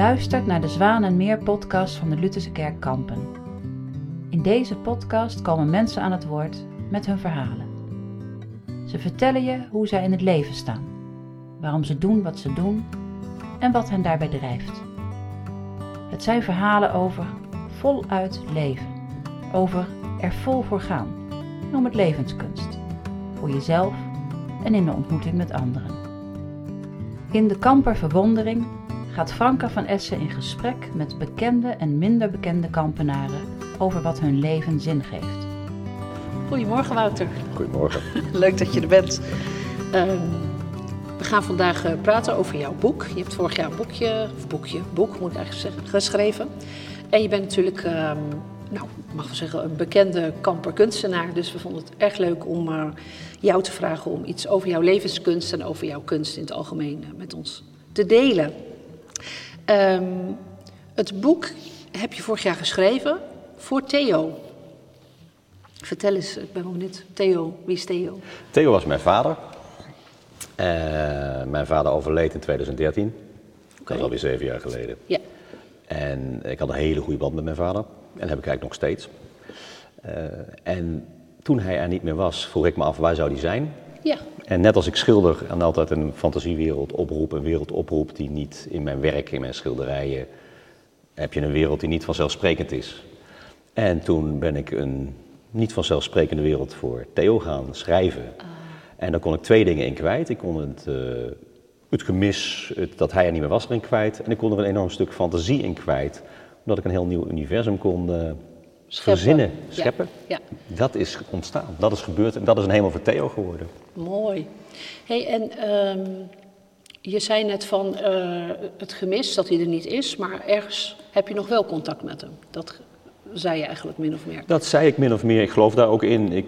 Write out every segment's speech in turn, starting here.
luistert naar de Zwaan en Meer podcast van de Lutherse Kerk Kampen. In deze podcast komen mensen aan het woord met hun verhalen. Ze vertellen je hoe zij in het leven staan, waarom ze doen wat ze doen en wat hen daarbij drijft. Het zijn verhalen over voluit leven, over er vol voor gaan en om het levenskunst, voor jezelf en in de ontmoeting met anderen. In de Kamper Verwondering gaat Franka van Essen in gesprek met bekende en minder bekende kampenaren over wat hun leven zin geeft. Goedemorgen Wouter. Goedemorgen. Leuk dat je er bent. We gaan vandaag praten over jouw boek. Je hebt vorig jaar een boek moet ik eigenlijk zeggen, geschreven. En je bent natuurlijk, mag wel zeggen, een bekende kamperkunstenaar. Dus we vonden het erg leuk om jou te vragen om iets over jouw levenskunst en over jouw kunst in het algemeen met ons te delen. Het boek heb je vorig jaar geschreven voor Theo. Vertel eens, ik ben wel benieuwd. Theo, wie is Theo? Theo was mijn vader. Mijn vader overleed in 2013. Dat is alweer 7 jaar geleden. Ja. En ik had een hele goede band met mijn vader. En dat heb ik eigenlijk nog steeds. En toen hij er niet meer was, vroeg ik me af, waar zou hij zijn? Ja. En net als ik schilder en altijd een fantasiewereld oproep, een wereld oproep die niet in mijn werk, in mijn schilderijen, heb je een wereld die niet vanzelfsprekend is. En toen ben ik een niet vanzelfsprekende wereld voor Theo gaan schrijven. En daar kon ik 2 dingen in kwijt. Ik kon het gemis, dat hij er niet meer was, erin kwijt. En ik kon er een enorm stuk fantasie in kwijt. Omdat ik een heel nieuw universum kon verzinnen, scheppen. Ja. Dat is ontstaan, dat is gebeurd en dat is een hemel voor Theo geworden. Mooi. Hey, en je zei net van het gemis, dat hij er niet is. Maar ergens heb je nog wel contact met hem. Dat zei je eigenlijk min of meer. Dat zei ik min of meer. Ik geloof daar ook in. Ik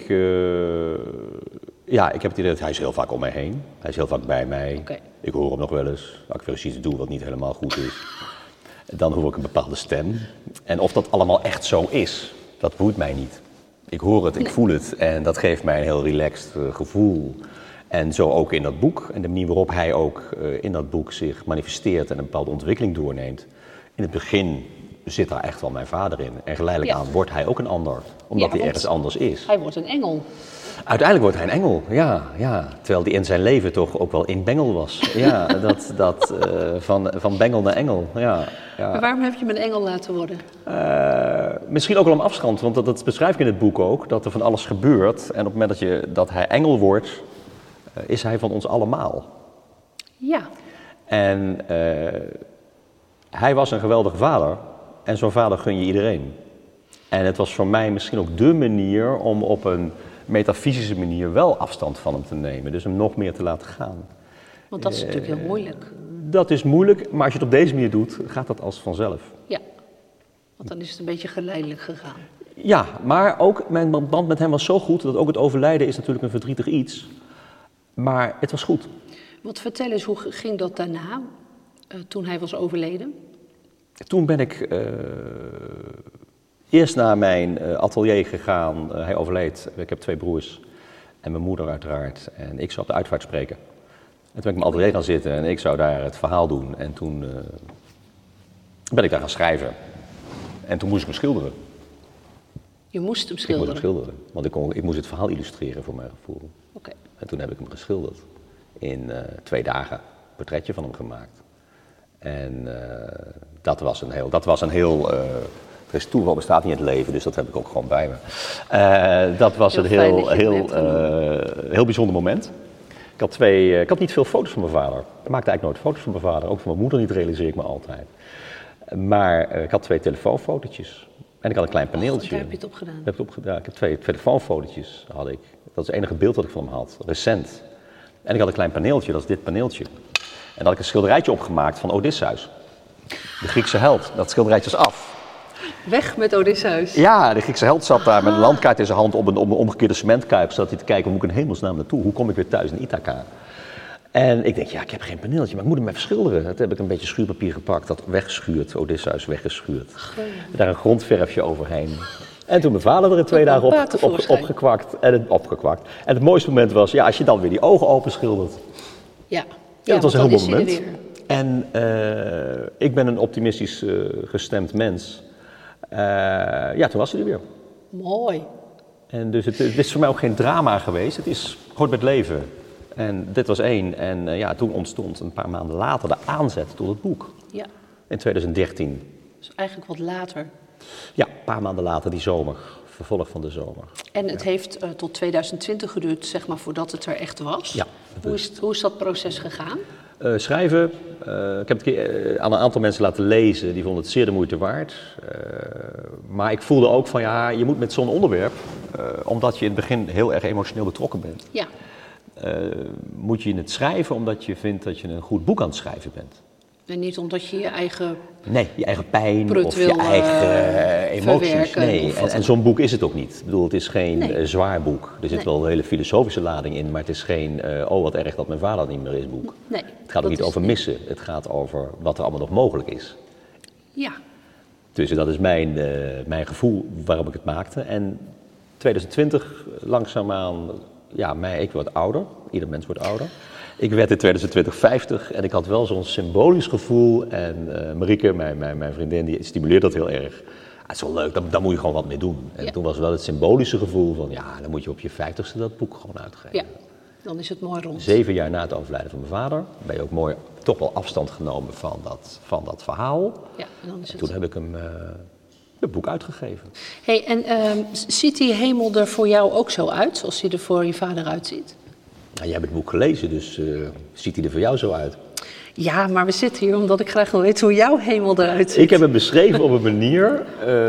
heb het idee dat hij is heel vaak om mij heen. Hij is heel vaak bij mij. Okay. Ik hoor hem nog wel eens. Als ik wel eens iets doe wat niet helemaal goed is. Dan hoor ik een bepaalde stem. En of dat allemaal echt zo is, dat boeit mij niet. Ik hoor het, ik voel het. En dat geeft mij een heel relaxed gevoel. En zo ook in dat boek. En de manier waarop hij ook in dat boek zich manifesteert en een bepaalde ontwikkeling doorneemt. In het begin zit daar echt wel mijn vader in. En geleidelijk aan wordt hij ook een ander. Omdat hij ergens anders is. Hij wordt een engel. Uiteindelijk wordt hij een engel, ja. Terwijl hij in zijn leven toch ook wel in bengel was. Ja, van bengel naar engel, ja. Maar waarom heb je hem een engel laten worden? Misschien ook wel om afstand, want dat beschrijf ik in het boek ook. Dat er van alles gebeurt. En op het moment dat hij engel wordt, is hij van ons allemaal. Ja. En hij was een geweldige vader. En zo'n vader gun je iedereen. En het was voor mij misschien ook dé manier om op een metafysische manier wel afstand van hem te nemen. Dus hem nog meer te laten gaan. Want dat is natuurlijk heel moeilijk. Dat is moeilijk, maar als je het op deze manier doet, gaat dat als vanzelf. Ja, want dan is het een beetje geleidelijk gegaan. Ja, maar ook mijn band met hem was zo goed, dat ook het overlijden is natuurlijk een verdrietig iets. Maar het was goed. Want vertel eens, hoe ging dat daarna, toen hij was overleden? Toen ben ik eerst naar mijn atelier gegaan. Hij overleed. Ik heb 2 broers en mijn moeder uiteraard. En ik zou op de uitvaart spreken. En toen ben ik in mijn atelier gaan zitten en ik zou daar het verhaal doen. En toen ben ik daar gaan schrijven. En toen moest ik hem schilderen. Je moest hem schilderen? Ik moest hem schilderen, want ik moest het verhaal illustreren voor mijn gevoel. Okay. En toen heb ik hem geschilderd. In 2 dagen een portretje van hem gemaakt. En dat was een heel er is toeval bestaat niet in het leven, dus dat heb ik ook gewoon bij me. Dat was een heel bijzonder moment. Ik had niet veel foto's van mijn vader. Ik maakte eigenlijk nooit foto's van mijn vader. Ook van mijn moeder niet, realiseer ik me altijd. Maar ik had 2 telefoonfotootjes. En ik had een klein paneeltje. Daar heb je het opgedaan? Dat heb ik opgedaan. Ik heb 2 telefoonfotootjes. Dat is het enige beeld dat ik van hem had, recent. En ik had een klein paneeltje, dat is dit paneeltje. En daar had ik een schilderijtje opgemaakt van Odysseus. De Griekse held. Dat schilderijtje is af. Weg met Odysseus? Ja, de Griekse held zat daar met een landkaart in zijn hand op een omgekeerde cementkuip. Zat hij te kijken, hoe moet ik in hemelsnaam naartoe? Hoe kom ik weer thuis in Ithaca? En ik denk, ik heb geen paneeltje, maar ik moet hem even schilderen. Dat heb ik een beetje schuurpapier gepakt, dat weggeschuurd, Odysseus weggeschuurd. Daar een grondverfje overheen. En toen mijn vader er in 2 dagen opgekwakt. En het mooiste moment was, als je dan weer die ogen open schildert. Ja, dat was een heel mooi moment. En ik ben een optimistisch gestemd mens. Ja, toen was hij er weer. Mooi. En dus het is voor mij ook geen drama geweest. Het is hoort bij het leven. En dit was 1. En ja, toen ontstond een paar maanden later de aanzet tot het boek. Ja, In 2013. dus eigenlijk wat later. Ja, een paar maanden later die zomer. Vervolg van de zomer. En het heeft tot 2020 geduurd, zeg maar, voordat het er echt was. Ja, Hoe is dat proces gegaan? Schrijven. Ik heb het aan een aantal mensen laten lezen. Die vonden het zeer de moeite waard. Maar ik voelde ook van ja, je moet met zo'n onderwerp, omdat je in het begin heel erg emotioneel betrokken bent, Ja, moet je het schrijven omdat je vindt dat je een goed boek aan het schrijven bent. en niet omdat je je eigen... Nee, je eigen pijn Prut of wil, je eigen emoties. verwerken Nee, of wat en zo'n boek is het ook niet. Ik bedoel, het is geen zwaar boek. Er zit Nee. wel een hele filosofische lading in, maar het is geen, oh wat erg dat mijn vader niet meer is boek. Nee. Het gaat ook dat niet is over missen, het gaat over wat er allemaal nog mogelijk is. Ja, Dus dat is mijn gevoel waarom ik het maakte. En 2020, langzaamaan, ja, ik word ouder, ieder mens wordt ouder. Ik werd in 2020 50 en ik had wel zo'n symbolisch gevoel. En Marieke, mijn vriendin, die stimuleert dat heel erg. Ah, het is wel leuk, daar moet je gewoon wat mee doen. En Ja. toen was wel het symbolische gevoel van, ja, dan moet je op je 50ste dat boek gewoon uitgeven. ja, dan is het mooi rond. 7 jaar na het overlijden van mijn vader ben je ook mooi toch wel afstand genomen van dat verhaal. Ja, en dan is En het... toen heb ik het boek uitgegeven. Hey, en ziet die hemel er voor jou ook zo uit, zoals die er voor je vader uitziet? Nou, jij hebt het boek gelezen, dus ziet hij er voor jou zo uit? Ja, maar we zitten hier omdat ik graag wil weten hoe jouw hemel eruit ziet. Ik heb het beschreven op een manier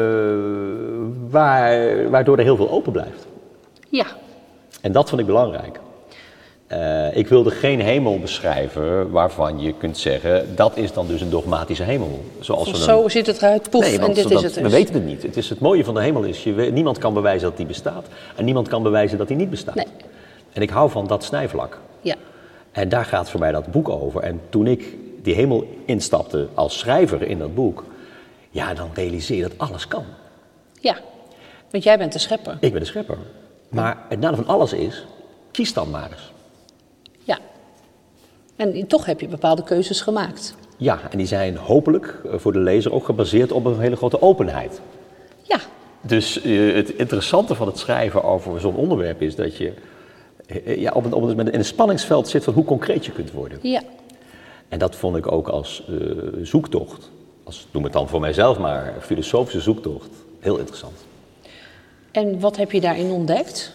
waardoor er heel veel open blijft. Ja, En dat vond ik belangrijk. Ik wilde geen hemel beschrijven waarvan je kunt zeggen, dat is dan dus een dogmatische hemel. Zoals we zo ziet het eruit, poef, Nee, en want dit is het we dus. weten het niet. Het mooie van de hemel is, niemand kan bewijzen dat die bestaat. En niemand kan bewijzen dat die niet bestaat. Nee. En ik hou van dat snijvlak. Ja, En daar gaat voor mij dat boek over. En toen ik die hemel instapte als schrijver in dat boek, ja, dan realiseer je dat alles kan. ja, want jij bent de schepper. Ik ben de schepper. Maar het nadeel van alles is, kies dan maar eens. Ja, en toch heb je bepaalde keuzes gemaakt. Ja, en die zijn hopelijk voor de lezer ook gebaseerd op een hele grote openheid. Ja, Dus het interessante van het schrijven over zo'n onderwerp is dat je in een spanningsveld zit van hoe concreet je kunt worden. ja, En dat vond ik ook als zoektocht, noem het dan voor mijzelf maar, filosofische zoektocht, heel interessant. en wat heb je daarin ontdekt?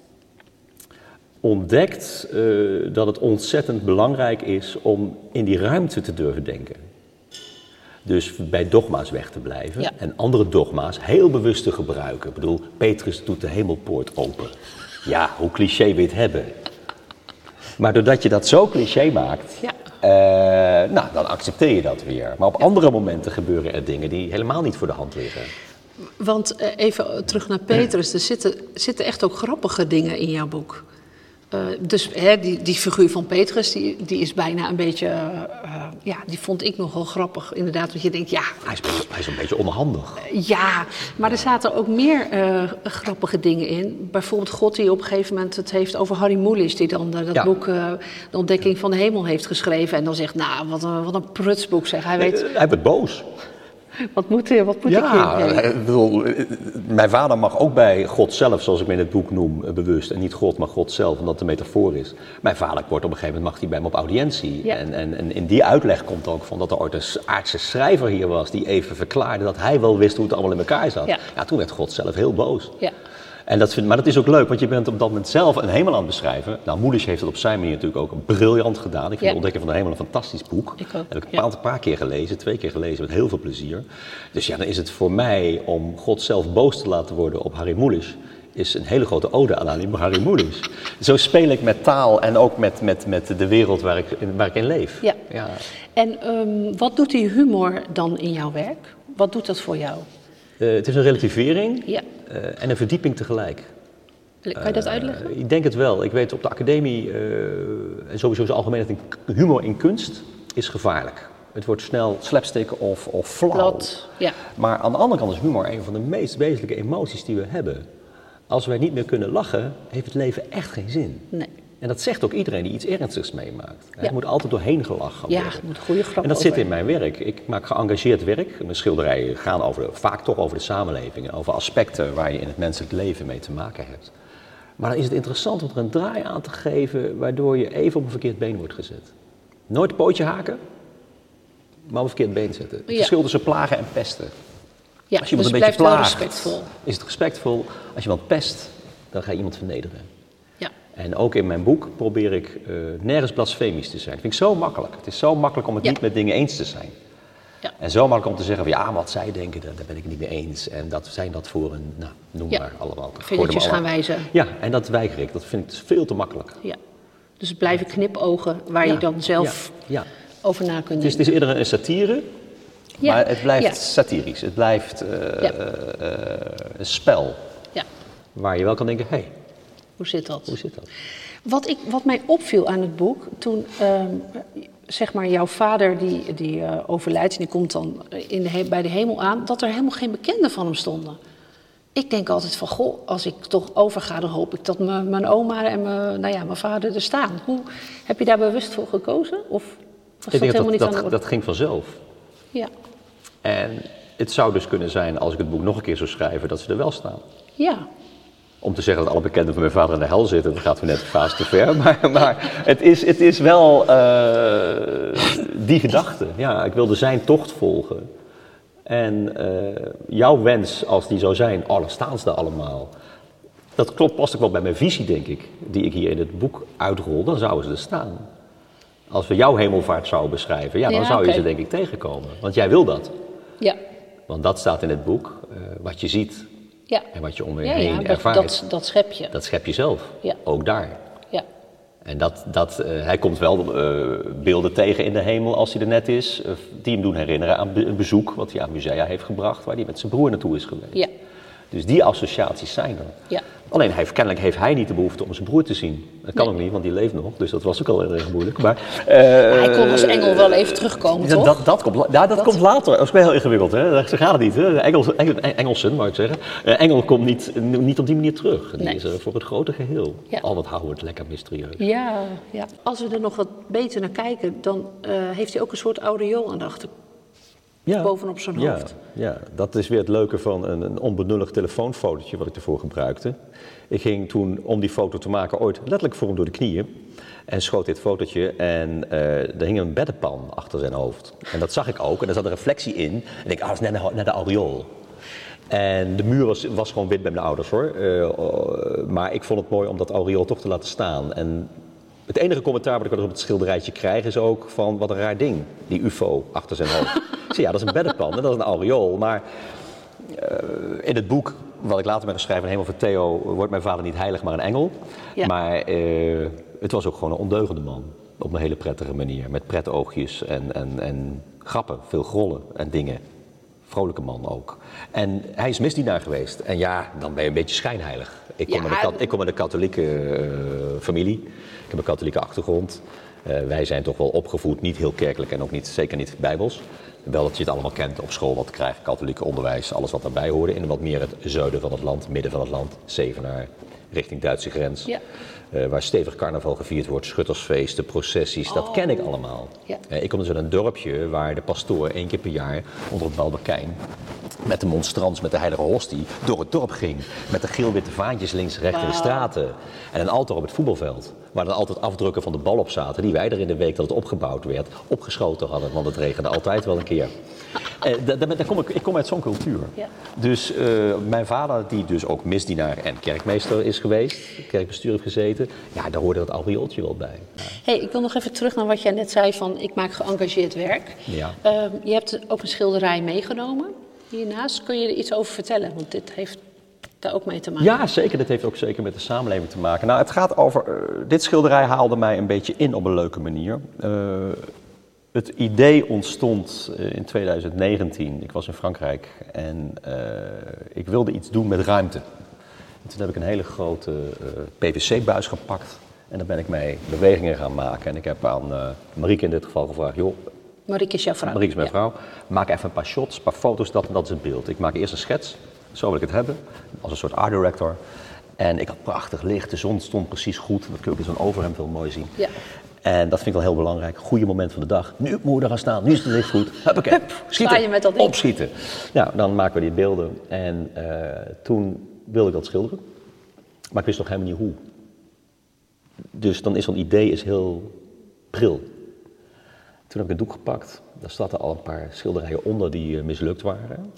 Ontdekt dat het ontzettend belangrijk is om in die ruimte te durven denken. Dus bij dogma's weg te blijven Ja. en andere dogma's heel bewust te gebruiken. Ik bedoel, Petrus doet de hemelpoort open. Ja, hoe cliché wil je het hebben? Maar doordat je dat zo cliché maakt, Ja. dan accepteer je dat weer. Maar op andere momenten gebeuren er dingen die helemaal niet voor de hand liggen. Want even terug naar Petrus, er zitten echt ook grappige dingen in jouw boek. Dus die figuur van Petrus, die is bijna een beetje, die vond ik nogal grappig inderdaad. Want je denkt, ja, Hij is een beetje onhandig. ja, maar er zaten ook meer grappige dingen in. Bijvoorbeeld God die op een gegeven moment het heeft over Harry Mulisch, die dan dat boek De Ontdekking van de Hemel heeft geschreven. En dan zegt, nou, wat een prutsboek zeg. Hij weet, Hij werd boos. wat moet ik hier? Ik bedoel, mijn vader mag ook bij God zelf, zoals ik me in het boek noem, bewust. En niet God, maar God zelf, omdat het een metafoor is. Mijn vader wordt op een gegeven moment mag hij bij me op audiëntie. Ja. En in die uitleg komt ook van dat er ooit een aardse schrijver hier was die even verklaarde dat hij wel wist hoe het allemaal in elkaar zat. Ja. Ja, toen werd God zelf heel boos. Ja. En maar dat is ook leuk, want je bent op dat moment zelf een hemel aan het beschrijven. Nou, Mulisch heeft dat op zijn manier natuurlijk ook briljant gedaan. Ik vind De Ontdekking van de Hemel een fantastisch boek. Ik ook, Heb ik een paar keer gelezen, 2 keer gelezen met heel veel plezier. Dus ja, dan is het voor mij om God zelf boos te laten worden op Harry Mulisch, is een hele grote ode aan Harry Mulisch. Zo speel ik met taal en ook met de wereld waar ik in leef. Ja. Ja. En wat doet die humor dan in jouw werk? Wat doet dat voor jou? Het is een relativering Ja. en een verdieping tegelijk. Kan je dat uitleggen? Ik denk het wel. Ik weet op de academie en sowieso zijn algemeen dat humor in kunst is gevaarlijk. Het wordt snel slapstick of flauw. Plat, ja. Maar aan de andere kant is humor een van de meest wezenlijke emoties die we hebben. Als wij niet meer kunnen lachen, heeft het leven echt geen zin. Nee. En dat zegt ook iedereen die iets ernstigs meemaakt. Er moet altijd doorheen gelachen worden. Ja, er moet goede grappen En dat over. zit in mijn werk. Ik maak geëngageerd werk. Mijn schilderijen gaan vaak toch over de samenleving. En over aspecten waar je in het menselijk leven mee te maken hebt. Maar dan is het interessant om er een draai aan te geven, waardoor je even op een verkeerd been wordt gezet. Nooit een pootje haken, maar op een verkeerd been zetten. Het verschil tussen plagen en pesten. Ja, Als je dus iemand een blijft beetje wel plaagt, respectvol. is het respectvol. Als je iemand pest, dan ga je iemand vernederen. Ja. En ook in mijn boek probeer ik nergens blasfemisch te zijn. Dat vind ik zo makkelijk. Het is zo makkelijk om het niet met dingen eens te zijn. Ja. En zo makkelijk om te zeggen van ja, wat zij denken, daar ben ik het niet mee eens. En dat zijn dat voor een, nou, noem maar allemaal. Vingertjes gaan wijzen. Ja, en dat weiger ik. Dat vind ik veel te makkelijk. Ja. Dus het blijven knipogen waar je dan zelf over na kunt denken. Het is eerder een satire, maar het blijft satirisch. Het blijft een spel waar je wel kan denken, hé, hoe zit dat? Hoe zit dat? Wat mij opviel aan het boek, toen zeg maar jouw vader die overlijdt en die komt dan bij de hemel aan, dat er helemaal geen bekenden van hem stonden. Ik denk altijd van, goh, als ik toch overga, dan hoop ik dat mijn oma en mijn vader er staan. Heb je daar bewust voor gekozen? Of was Ik denk helemaal niet aan de orde? dat ging vanzelf. Ja. En het zou dus kunnen zijn, als ik het boek nog een keer zou schrijven, dat ze er wel staan. Ja. Om te zeggen dat alle bekenden van mijn vader in de hel zitten, dat gaat weer net een fase te ver. Maar het is wel die gedachte. Ja, ik wilde zijn tocht volgen. En jouw wens, als die zou zijn, dan staan ze er allemaal. Dat klopt, past ook wel bij mijn visie, denk ik, die ik hier in het boek uitrol. Dan zouden ze er staan. Als we jouw hemelvaart zouden beschrijven, dan zou je ze denk ik tegenkomen. Want jij wil dat. Ja. Want dat staat in het boek, wat je ziet. Ja. En wat je om je heen ervaart. Dat schep je. Dat schep je zelf, ook daar. Ja. En hij komt wel beelden tegen in de hemel als hij er net is, die hem doen herinneren aan een bezoek wat hij aan musea heeft gebracht, waar hij met zijn broer naartoe is geweest. Ja. Dus die associaties zijn er. Ja. Alleen kennelijk heeft hij niet de behoefte om zijn broer te zien. Dat kan ook niet, want die leeft nog, dus dat was ook al heel erg moeilijk. Maar hij kon als engel wel even terugkomen, toch? Dat komt later. Dat is wel heel ingewikkeld, hè? Zo gaat het niet. Hè? Engelsen, wou ik zeggen. Engel komt niet op die manier terug. Die is voor het grote geheel. Ja. Al wat houden we het lekker mysterieus. Ja. Als we er nog wat beter naar kijken, dan heeft hij ook een soort aureool aan de achterkant. Bovenop zijn hoofd. Ja, dat is weer het leuke van een onbenullig telefoonfotootje wat ik ervoor gebruikte. Ik ging toen, om die foto te maken, ooit letterlijk voor hem door de knieën. En schoot dit fotootje en er hing een beddenpan achter zijn hoofd. En dat zag ik ook en er zat een reflectie in. En ik denk, dat is net de aureool. En de muur was gewoon wit bij mijn ouders hoor. Maar ik vond het mooi om dat aureool toch te laten staan. En het enige commentaar wat ik op het schilderijtje krijg is ook van wat een raar ding, die ufo achter zijn hoofd. Ik zei, dat is een beddenpan en dat is een aureool. Maar in het boek, wat ik later ben geschreven, Hemel voor Theo, wordt mijn vader niet heilig, maar een engel. Ja. Maar het was ook gewoon een ondeugende man. Op een hele prettige manier, met pretoogjes en grappen, veel grollen en dingen. Vrolijke man ook. En hij is misdienaar geweest. En ja, dan ben je een beetje schijnheilig. Ik kom uit een katholieke familie. Ik heb een katholieke achtergrond. Wij zijn toch wel opgevoed, niet heel kerkelijk en ook zeker niet bijbels. Wel dat je het allemaal kent op school, wat krijg je, katholieke onderwijs, alles wat daarbij hoorde. In wat meer het zuiden van het land, midden van het land, Zevenaar, richting Duitse grens. Ja. Waar stevig carnaval gevierd wordt, schuttersfeesten, processies, dat ken ik allemaal. Ja. Ik kom dus uit een dorpje waar de pastoor 1 keer per jaar onder het baldakijn met de monstrans, met de heilige hostie, door het dorp ging. Met de geel-witte vaantjes links en rechts in de straten. En een altaar op het voetbalveld, waar dan altijd afdrukken van de bal op zaten, die wij er in de week dat het opgebouwd werd, opgeschoten hadden, want het regende altijd wel een keer. Ik kom uit zo'n cultuur. Ja. Dus mijn vader, die dus ook misdienaar en kerkmeester is geweest, kerkbestuur heeft gezeten, ja, daar hoorde dat aureooltje wel bij. Ja. Hey, ik wil nog even terug naar wat jij net zei van ik maak geëngageerd werk. Ja. Je hebt ook een schilderij meegenomen hiernaast. Kun je er iets over vertellen? Want dit heeft daar ook mee te maken. Ja, zeker. Dit heeft ook zeker met de samenleving te maken. Nou, het gaat over, dit schilderij haalde mij een beetje in op een leuke manier. Het idee ontstond in 2019. Ik was in Frankrijk en ik wilde iets doen met ruimte. En toen heb ik een hele grote PVC-buis gepakt en daar ben ik mee bewegingen gaan maken. En ik heb aan Marieke in dit geval gevraagd, joh, Marieke is jouw vrouw. Marieke is mijn vrouw. Maak even een paar shots, een paar foto's, dat en dat is het beeld. Ik maak eerst een schets, zo wil ik het hebben, als een soort art director. En ik had prachtig licht, de zon stond precies goed. Dat kun je ook in zo'n overhemd wel mooi zien. Ja. En dat vind ik wel heel belangrijk. Goede moment van de dag. Nu moet je er gaan staan, nu is het licht goed. Huppakee, sta je met dat ding. opschieten. Nou, dan maken we die beelden. En toen wilde ik dat schilderen. Maar ik wist nog helemaal niet hoe. Dus dan is zo'n idee heel pril. Toen heb ik een doek gepakt. Daar zaten al een paar schilderijen onder die mislukt waren.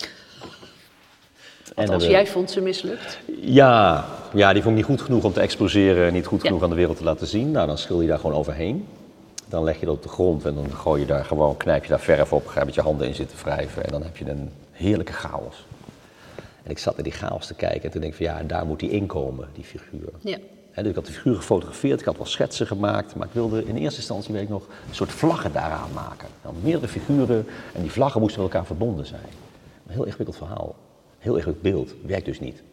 Althans, jij vond ze mislukt? Ja, die vond ik niet goed genoeg om te exposeren, niet goed genoeg aan de wereld te laten zien. Nou, dan schilder je daar gewoon overheen. Dan leg je dat op de grond en dan gooi je daar gewoon, knijp je daar verf op, ga je met je handen in zitten wrijven en dan heb je een heerlijke chaos. En ik zat naar die chaos te kijken en toen denk ik van ja, daar moet die inkomen, die figuur. Ja. Dus ik had de figuur gefotografeerd, ik had wel schetsen gemaakt, maar ik wilde in eerste instantie weet ik nog een soort vlaggen daaraan maken. Dan meerdere figuren en die vlaggen moesten met elkaar verbonden zijn. Een heel ingewikkeld verhaal, heel ingewikkeld beeld, werkt dus niet.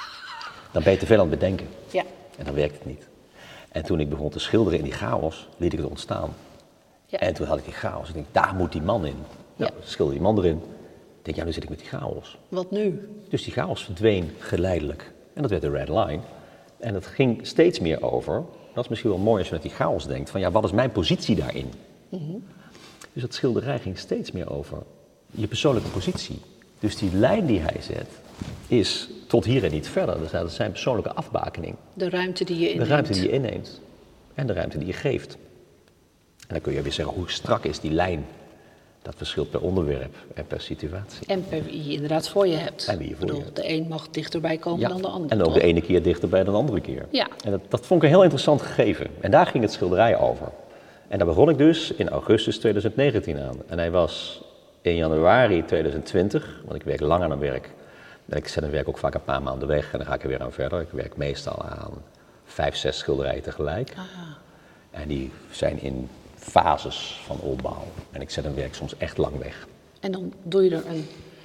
Dan ben je te veel aan het bedenken en dan werkt het niet. En toen ik begon te schilderen in die chaos, liet ik het ontstaan. Ja. En toen had ik die chaos, ik denk daar moet die man in. Nou, schilder die man erin. Ik denk ja, nu zit ik met die chaos. Wat nu? Dus die chaos verdween geleidelijk. En dat werd de red line. En het ging steeds meer over, dat is misschien wel mooi als je met die chaos denkt, van ja, wat is mijn positie daarin? Mm-hmm. Dus dat schilderij ging steeds meer over je persoonlijke positie. Dus die lijn die hij zet, is tot hier en niet verder. Dus dat is zijn persoonlijke afbakening. De ruimte die je inneemt. De ruimte die je inneemt. En de ruimte die je geeft. En dan kun je weer zeggen, hoe strak is die lijn? Dat verschilt per onderwerp en per situatie. En per wie je inderdaad voor je hebt. En wie je voor je hebt. De een mag dichterbij komen dan de ander. En ook de ene keer dichterbij dan de andere keer. Ja. En dat vond ik een heel interessant gegeven. En daar ging het schilderij over. En daar begon ik dus in augustus 2019 aan. En hij was in januari 2020, want ik werk lang aan een werk. En ik zet een werk ook vaak een paar maanden weg en dan ga ik er weer aan verder. Ik werk meestal aan 5, 6 schilderijen tegelijk. Aha. En die zijn in fases van opbouw. En ik zet een werk soms echt lang weg. En dan doe je er een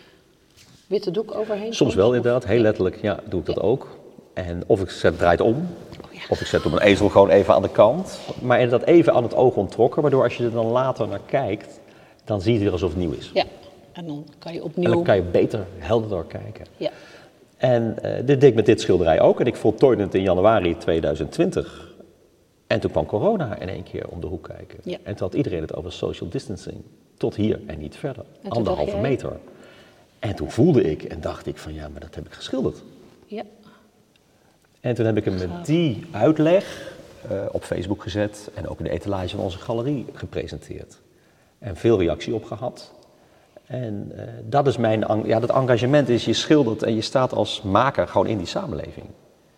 witte doek overheen? Soms wel inderdaad, heel letterlijk doe ik dat ook. En of ik draai het om, of ik zet het op een ezel gewoon even aan de kant. Maar inderdaad even aan het oog ontrokken, waardoor als je er dan later naar kijkt, dan zie je het weer alsof het nieuw is. Ja, en dan kan je opnieuw... En dan kan je beter, helderder kijken. Ja. En dit deed ik met dit schilderij ook. En ik voltooide het in januari 2020. En toen kwam corona in één keer om de hoek kijken. Ja. En toen had iedereen het over social distancing. Tot hier en niet verder. En 1,5 meter. En toen voelde ik en dacht ik van ja, maar dat heb ik geschilderd. Ja. En toen heb ik hem met die uitleg op Facebook gezet. En ook in de etalage van onze galerie gepresenteerd. En veel reactie op gehad. En dat is dat engagement is, je schildert en je staat als maker gewoon in die samenleving.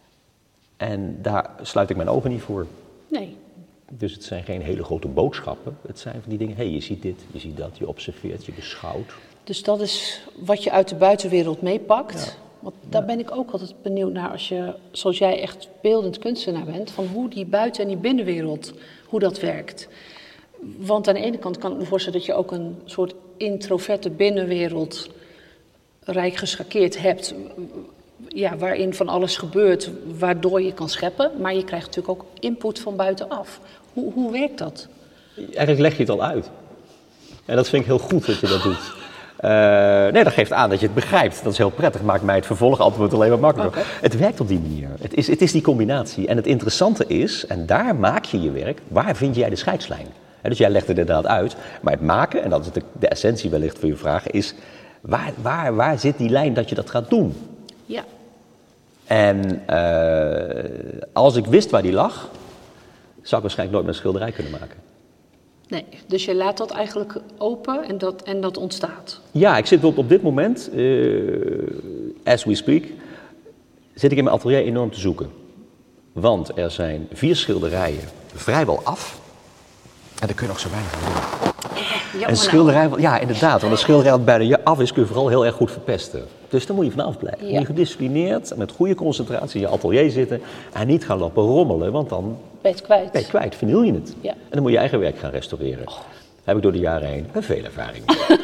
En daar sluit ik mijn ogen niet voor. Nee. Dus het zijn geen hele grote boodschappen. Het zijn van die dingen, hé, je ziet dit, je ziet dat, je observeert, je beschouwt. Dus dat is wat je uit de buitenwereld meepakt. Ja. Want daar ben ik ook altijd benieuwd naar als je, zoals jij echt beeldend kunstenaar bent, van hoe die buiten- en die binnenwereld, hoe dat werkt. Want aan de ene kant kan ik me voorstellen dat je ook een soort introverte binnenwereld rijk geschakeerd hebt. Ja, waarin van alles gebeurt, waardoor je kan scheppen. Maar je krijgt natuurlijk ook input van buitenaf. Hoe werkt dat? Eigenlijk leg je het al uit. En dat vind ik heel goed dat je dat doet. Nee, dat geeft aan dat je het begrijpt. Dat is heel prettig. Maakt mij het vervolgantwoord alleen maar makkelijker. Okay. Het werkt op die manier. Het is die combinatie. En het interessante is, en daar maak je je werk, waar vind jij de scheidslijn? Dus jij legt het inderdaad uit. Maar het maken, en dat is de essentie wellicht voor je vraag, is waar zit die lijn dat je dat gaat doen? Ja. En als ik wist waar die lag, zou ik waarschijnlijk nooit meer een schilderij kunnen maken. Nee, dus je laat dat eigenlijk open en dat ontstaat? Ja, ik zit op dit moment, as we speak, zit ik in mijn atelier enorm te zoeken. Want er zijn 4 schilderijen vrijwel af. En daar kun je nog zo weinig aan doen. Een schilderij, ja inderdaad, want een schilderij dat bijna af is, kun je vooral heel erg goed verpesten. Dus daar moet je vanaf blijven. Ja. Moet je gedisciplineerd, met goede concentratie in je atelier zitten en niet gaan lopen rommelen, want dan ben je het kwijt. Verniel je het. Ja. En dan moet je eigen werk gaan restaureren. Daar heb ik door de jaren heen veel ervaring.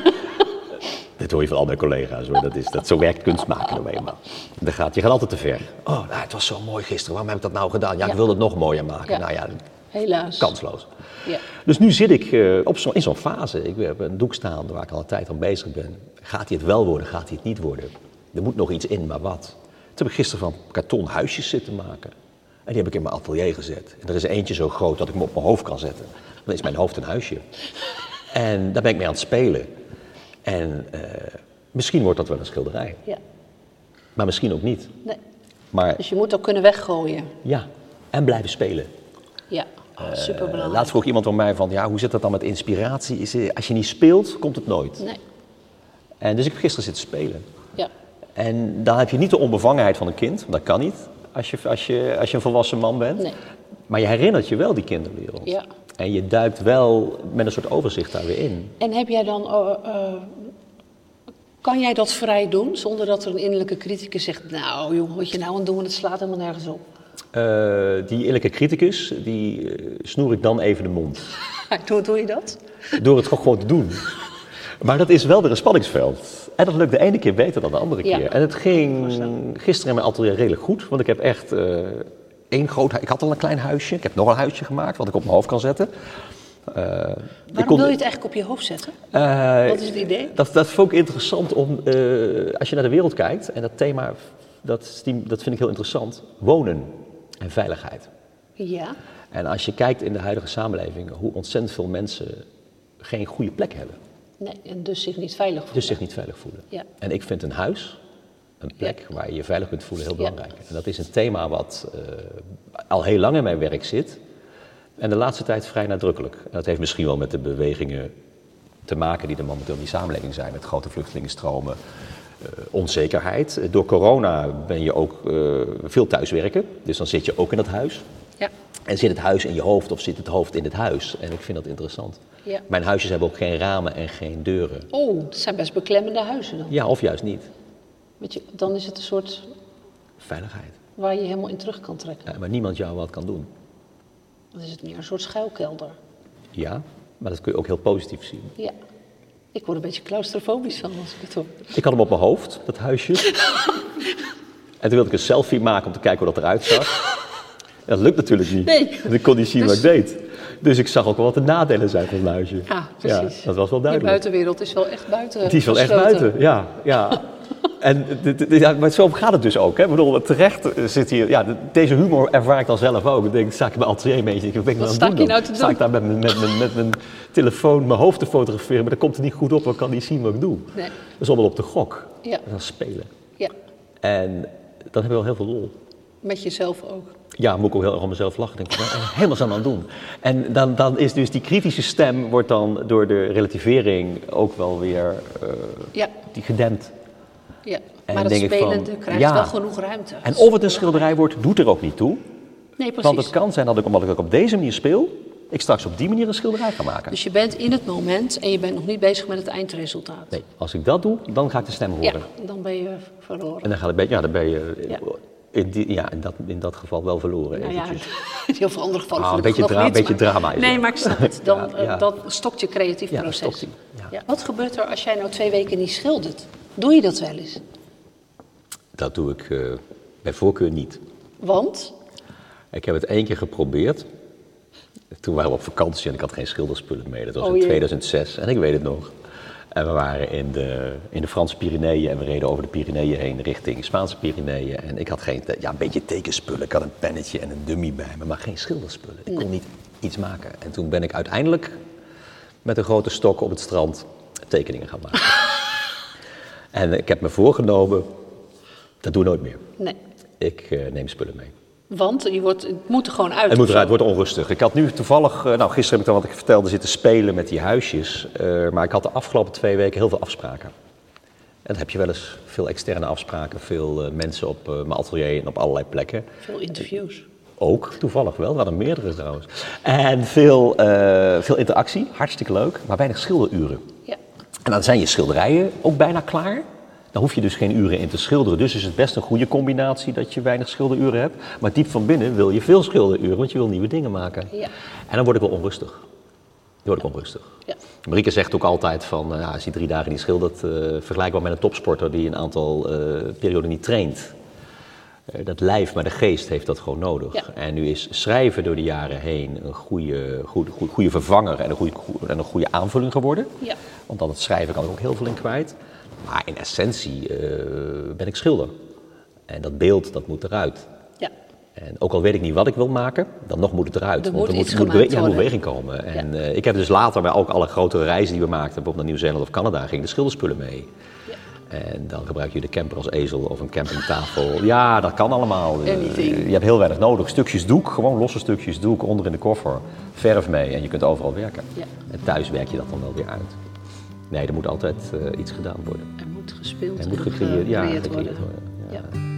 Dit hoor je van al mijn collega's hoor, zo werkt kunst maken nou eenmaal. Je gaat altijd te ver. Oh, nou, het was zo mooi gisteren, waarom heb ik dat nou gedaan? Ja, ik wil het nog mooier maken. Ja. Nou ja, helaas. Kansloos. Ja. Dus nu zit ik in zo'n fase. Ik heb een doek staan waar ik al een tijd aan bezig ben. Gaat hij het wel worden, gaat hij het niet worden? Er moet nog iets in, maar wat? heb ik gisteren van karton huisjes zitten maken. En die heb ik in mijn atelier gezet. En er is eentje zo groot dat ik hem op mijn hoofd kan zetten. Dan is mijn hoofd een huisje. En daar ben ik mee aan het spelen. En misschien wordt dat wel een schilderij. Ja. Maar misschien ook niet. Nee. Maar Dus je moet ook kunnen weggooien. ja, en blijven spelen. Ja, superbelangrijk. Laatst vroeg iemand van mij van, ja, hoe zit dat dan met inspiratie? Als je niet speelt, komt het nooit. Nee. En dus ik heb gisteren zitten spelen. Ja. En dan heb je niet de onbevangenheid van een kind, want dat kan niet als je een volwassen man bent. Nee. Maar je herinnert je wel die kinderwereld. Ja. En je duikt wel met een soort overzicht daar weer in. En heb jij dan... kan jij dat vrij doen, zonder dat er een innerlijke criticus zegt... Nou jongen, wat je nou aan het doen, het slaat helemaal nergens op. Die innerlijke criticus, die snoer ik dan even de mond. Hoe doe je dat? Door het gewoon te doen. Maar dat is wel weer een spanningsveld. En dat lukt de ene keer beter dan de andere keer. Ja. En het ging gisteren in mijn atelier redelijk goed. Want ik heb echt ik had al een klein huisje. Ik heb nog een huisje gemaakt wat ik op mijn hoofd kan zetten. Waarom wil je het eigenlijk op je hoofd zetten? Wat is het idee? Dat vond ik interessant om, als je naar de wereld kijkt. En dat thema, dat vind ik heel interessant. Wonen en veiligheid. Ja. En als je kijkt in de huidige samenleving hoe ontzettend veel mensen geen goede plek hebben. Nee, en dus zich niet veilig voelen. Dus zich niet veilig voelen. Ja. En ik vind een huis, een plek waar je je veilig kunt voelen, heel belangrijk. En dat is een thema wat al heel lang in mijn werk zit. En de laatste tijd vrij nadrukkelijk. En dat heeft misschien wel met de bewegingen te maken die er momenteel in die samenleving zijn. Met grote vluchtelingenstromen, onzekerheid. Door corona ben je ook veel thuiswerken. Dus dan zit je ook in dat huis. Ja. En zit het huis in je hoofd of zit het hoofd in het huis? En ik vind dat interessant. Ja. Mijn huisjes hebben ook geen ramen en geen deuren. Oh, dat zijn best beklemmende huizen dan. Ja, of juist niet. Weet je, dan is het een soort Veiligheid. waar je helemaal in terug kan trekken. Ja, maar niemand jou wat kan doen. Dan is het meer een soort schuilkelder. Ja, maar dat kun je ook heel positief zien. Ja. Ik word een beetje claustrofobisch van als ik het hoor. Ik had hem op mijn hoofd, dat huisje. En toen wilde ik een selfie maken om te kijken hoe dat eruit zag. Dat lukt natuurlijk niet. Nee. Want ik kon niet zien wat ik deed. Dus ik zag ook wel wat de nadelen zijn van het huisje. Ja, precies. Ja, dat was wel De duidelijk. buitenwereld is wel echt buiten. Het is wel echt gesloten. buiten, ja. En maar zo gaat het dus ook. Hè. Ik bedoel, terecht zit hier... Ja, deze humor ervaar ik dan zelf ook. Ik denk, sta ik in mijn atelier een beetje. Wat ben ik nou aan het doen dan? Sta ik daar met mijn telefoon mijn hoofd te fotograferen, maar dan komt het niet goed op. Ik kan niet zien wat ik doe. Nee. Dat is allemaal op de gok. Ja. Dat is aan spelen. Ja, En dan hebben we wel heel veel lol. met jezelf ook. Ja, moet ik ook heel erg om mezelf lachen. Denk ik, wat ben ik helemaal zo aan het doen. En dan is dus die kritische stem wordt dan door de relativering ook wel weer Ja, die gedempt. ja. En Maar het denk ik van, spelende krijgt ja. wel genoeg ruimte. En of het een schilderij wordt, doet er ook niet toe. Nee, precies. Want het kan zijn dat ik, omdat ik ook op deze manier speel, ik straks op die manier een schilderij ga maken. Dus je bent in het moment en je bent nog niet bezig met het eindresultaat. Nee, als ik dat doe, dan ga ik de stem horen. Ja, dan ben je verloren. En dan ben je Ja. in dat geval wel verloren. Nou ja, eventjes. in heel veel andere gevallen Ah, een gelukkig beetje nog niet, beetje maar- drama is Nee, het. maar ik snap het. Dan, Ja. dan stokt je creatief Ja, proces. stokt hij. Ja. Ja. Wat gebeurt er als jij nou 2 weken niet schildert? Doe je dat wel eens? Dat doe ik bij voorkeur niet. Want? Ik heb het 1 keer geprobeerd. Toen waren we op vakantie en ik had geen schilderspullen mee. Dat was Oh in jee. 2006 en ik weet het nog. En we waren in de Franse Pyreneeën en we reden over de Pyreneeën heen richting Spaanse Pyreneeën. En ik had een beetje tekenspullen. Ik had een pennetje en een dummy bij me, maar geen schilderspullen. Ik kon niet iets maken. En toen ben ik uiteindelijk met een grote stok op het strand tekeningen gaan maken. En ik heb me voorgenomen, dat doe ik nooit meer. Nee. Ik neem spullen mee. Want het moet er gewoon uit. Het moet of eruit, zo. wordt onrustig. Ik had nu toevallig, gisteren heb ik dan wat ik vertelde zitten spelen met die huisjes. Maar ik had de afgelopen 2 weken heel veel afspraken. En dan heb je wel eens veel externe afspraken, veel mensen op mijn atelier en op allerlei plekken. Veel interviews. Ook, toevallig wel, we hadden meerdere trouwens. En veel interactie, hartstikke leuk, maar weinig schilderuren. Ja. En dan zijn je schilderijen ook bijna klaar. Dan hoef je dus geen uren in te schilderen. Dus is het best een goede combinatie dat je weinig schilderuren hebt. Maar diep van binnen wil je veel schilderuren, want je wil nieuwe dingen maken. Ja. En dan word ik wel onrustig. Ja. Marieke zegt ook altijd van, als je 3 dagen niet schildert, vergelijkbaar met een topsporter die een aantal perioden niet traint. Dat lijf, maar de geest heeft dat gewoon nodig. Ja. En nu is schrijven door de jaren heen een goede vervanger en een goede aanvulling geworden. Ja. Want aan het schrijven kan ik ook heel veel in kwijt. Maar in essentie ben ik schilder. En dat beeld, dat moet eruit. Ja. En ook al weet ik niet wat ik wil maken, dan nog moet het eruit. Er Want moet iets moet gemaakt worden. beweging komen. En ik heb dus later bij ook alle grotere reizen die we maakten, bijvoorbeeld naar Nieuw-Zeeland of Canada, gingen de schilderspullen mee. Ja. En dan gebruik je de camper als ezel of een campingtafel. Ja, dat kan allemaal. Anything. Je hebt heel weinig nodig. Stukjes doek, gewoon losse stukjes doek onder in de koffer. Verf mee en je kunt overal werken. Ja. En thuis werk je dat dan wel weer uit. Nee, er moet altijd iets gedaan worden. Er moet gespeeld Er moet en gecreëerd gecreëerd worden. Ja. Ja.